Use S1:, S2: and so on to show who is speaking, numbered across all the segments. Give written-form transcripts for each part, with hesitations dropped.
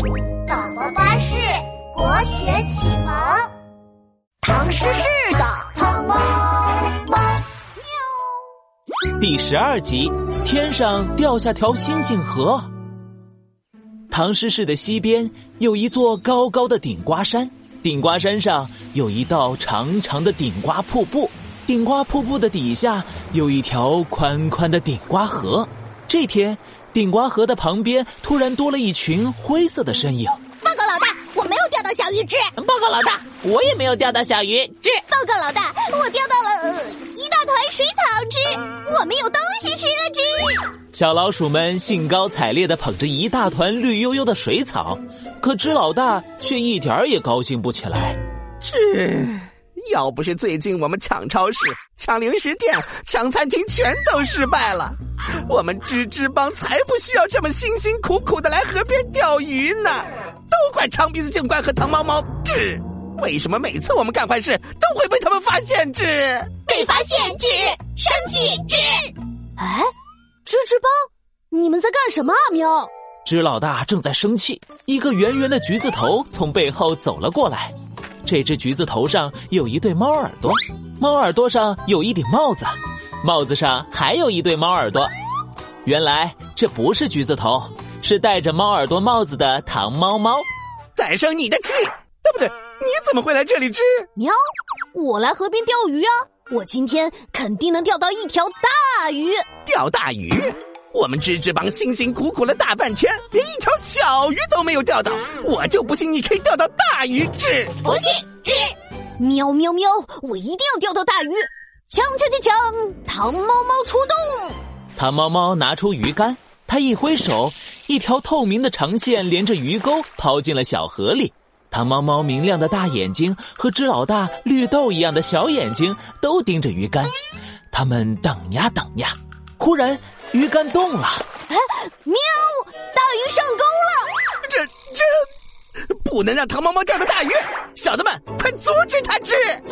S1: 宝宝巴士国学启蒙，唐诗市的汤猫猫喵。
S2: 第12集，天上掉下条星星河。唐诗市的西边有一座高高的顶瓜山，顶瓜山上有一道长长的顶瓜瀑布，顶瓜瀑布的底下有一条宽宽的顶瓜河。这天，顶瓜河的旁边突然多了一群灰色的身影。
S1: 报告老大，我没有钓到小鱼只。
S3: 报告老大，我也没有钓到小鱼只。
S1: 报告老大，我钓到了一大团水草只，我们有东西吃了只。
S2: 小老鼠们兴高采烈地捧着一大团绿油油的水草，可只老大却一点儿也高兴不起来。
S4: 要不是最近我们抢超市、抢零食店、抢餐厅全都失败了，我们吱帮才不需要这么辛辛苦苦的来河边钓鱼呢。都怪长鼻子警官和糖猫猫为什么每次我们干坏事都会被他们发现
S1: 被发现生气
S5: 哎，吱帮，你们在干什么啊？喵！
S2: 只老大正在生气，一个圆圆的橘子头从背后走了过来。这只橘子头上有一对猫耳朵，猫耳朵上有一顶帽子，帽子上还有一对猫耳朵。原来这不是橘子头，是戴着猫耳朵帽子的糖猫猫。
S4: 再生你的气！对不对？你怎么会来这里
S5: 喵，我来河边钓鱼啊！我今天肯定能钓到一条大鱼。
S4: 钓大鱼？我们吱帮辛辛苦苦了大半天，连一条小鱼都没有钓到，我就不信你可以钓到大鱼
S1: 不信
S5: 喵喵喵，我一定要钓到大鱼！抢，糖猫猫出动！
S2: 糖猫猫拿出鱼竿，他一挥手，一条透明的长线连着鱼钩抛进了小河里。糖猫猫明亮的大眼睛和只老大绿豆一样的小眼睛都盯着鱼竿，他们等呀等呀，忽然鱼竿动了。
S5: 喵，大鱼上钩了！
S4: 这不能让糖猫猫钓到大鱼，小的们快阻止他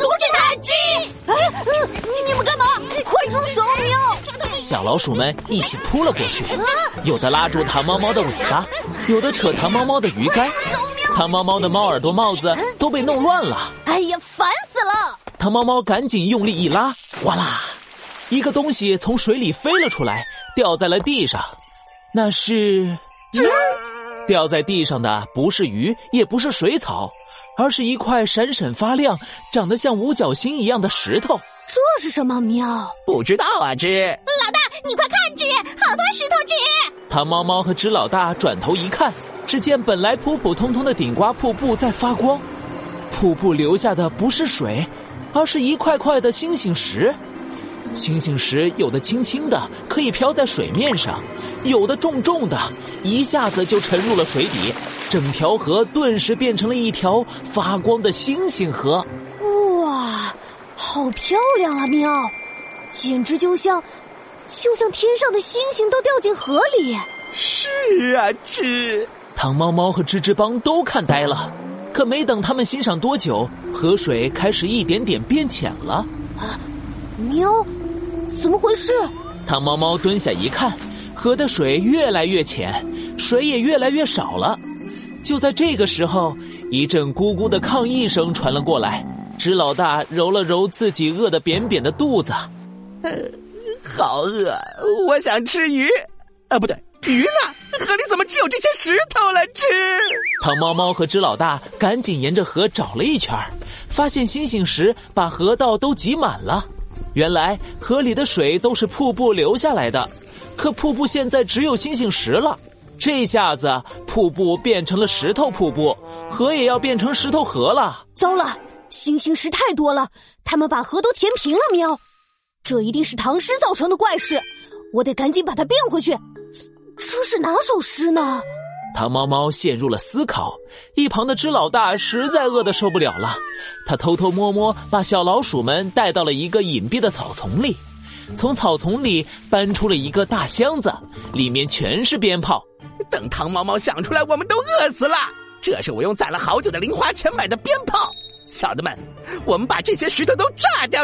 S5: 你们干嘛？快住手！喵！
S2: 小老鼠们一起扑了过去，有的拉住糖猫猫的尾巴，有的扯糖猫猫的鱼竿，糖猫猫的猫耳朵帽子都被弄乱了。
S5: 哎呀，烦死了！
S2: 糖猫猫赶紧用力一拉，哗啦，一个东西从水里飞了出来，掉在了地上。那是掉在地上的不是鱼，也不是水草，而是一块闪闪发亮、长得像五角星一样的石头。
S5: 这是什么？喵！
S4: 不知道啊，
S1: 老大，你快看好多石头
S2: 糖猫猫和只老大转头一看，只见本来普普通通的顶瓜瀑布在发光，瀑布流下的不是水，而是一块块的星星石。星星石有的轻轻的可以飘在水面上，有的重重的一下子就沉入了水底，整条河顿时变成了一条发光的星星河。
S5: 哇，好漂亮啊！喵，简直就像天上的星星都掉进河里。
S4: 是啊，
S2: 糖猫猫和吱帮都看呆了，可没等他们欣赏多久，河水开始一点点变浅了。
S5: 喵，怎么回事？
S2: 糖猫猫蹲下一看，河的水越来越浅，水也越来越少了。就在这个时候，一阵咕咕的抗议声传了过来。只老大揉了揉自己饿得扁扁的肚子，
S4: 好饿，我想吃鱼。不对，鱼呢？河里怎么只有这些石头了？
S2: 糖猫猫和只老大赶紧沿着河找了一圈，发现星星石把河道都挤满了。原来河里的水都是瀑布流下来的，可瀑布现在只有星星石了。这下子瀑布变成了石头瀑布，河也要变成石头河了。
S5: 糟了，星星石太多了，他们把河都填平了。喵，这一定是唐诗造成的怪事，我得赶紧把它变回去。这是哪首诗呢？
S2: 糖猫猫陷入了思考，一旁的只老大实在饿得受不了了，他偷偷摸摸把小老鼠们带到了一个隐蔽的草丛里，从草丛里搬出了一个大箱子，里面全是鞭炮。
S4: 等糖猫猫想出来，我们都饿死了。这是我用攒了好久的零花钱买的鞭炮。小的们，我们把这些石头都炸掉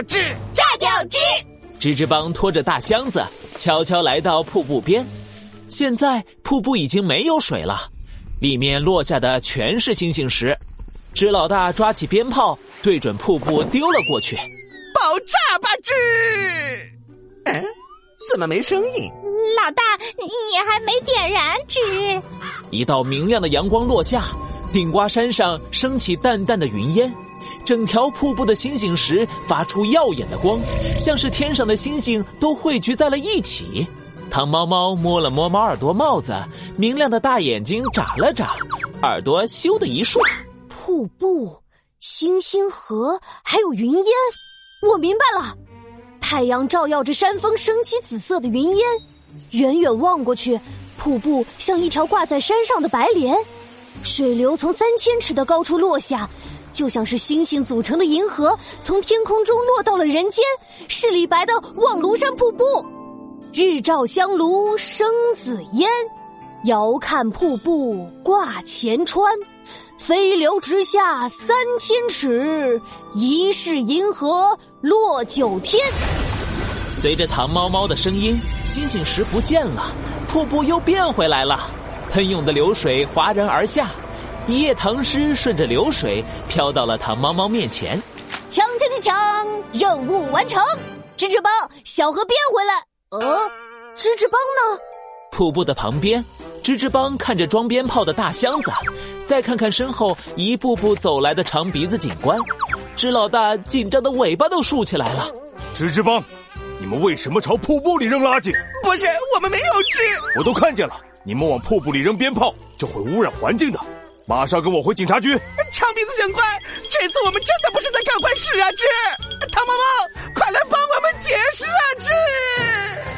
S2: 吱帮拖着大箱子悄悄来到瀑布边。现在瀑布已经没有水了， 里面落下的全是星星石。芝老大抓起鞭炮，对准瀑布丢了过去。
S4: 爆炸吧，吱！哎，怎么没声音？
S1: 老大，你还没点燃吱。
S2: 一道明亮的阳光落下，顶呱山上升起淡淡的云烟，整条瀑布的星星石发出耀眼的光，像是天上的星星都汇聚在了一起。糖猫猫摸了摸猫耳朵帽子，明亮的大眼睛眨了眨，耳朵咻的一竖。
S5: 瀑布、星星河，还有云烟，我明白了。太阳照耀着山峰，升起紫色的云烟，远远望过去，瀑布像一条挂在山上的白莲，水流从3000尺的高处落下，就像是星星组成的银河从天空中落到了人间，是李白的望庐山瀑布。日照香炉生紫烟，遥看瀑布挂前川，飞流直下3000尺，疑是银河落9天。
S2: 随着糖猫猫的声音，星星石不见了，瀑布又变回来了，喷涌的流水哗然而下，一叶唐诗顺着流水飘到了糖猫猫面前。
S5: 锵锵锵锵，任务完成！吱吱帮，小河变回来。吱吱帮呢？
S2: 瀑布的旁边，吱吱帮看着装鞭炮的大箱子，再看看身后一步步走来的长鼻子警官，吱老大紧张的尾巴都竖起来了。
S6: 吱吱帮，你们为什么朝瀑布里扔垃圾？
S4: 不是，我们没有吱。
S6: 我都看见了，你们往瀑布里扔鞭炮，就会污染环境的。马上跟我回警察局。
S4: 长鼻子警官，这次我们真的不是在干坏事啊，吱！糖猫猫，快来帮我们解释啊，吱！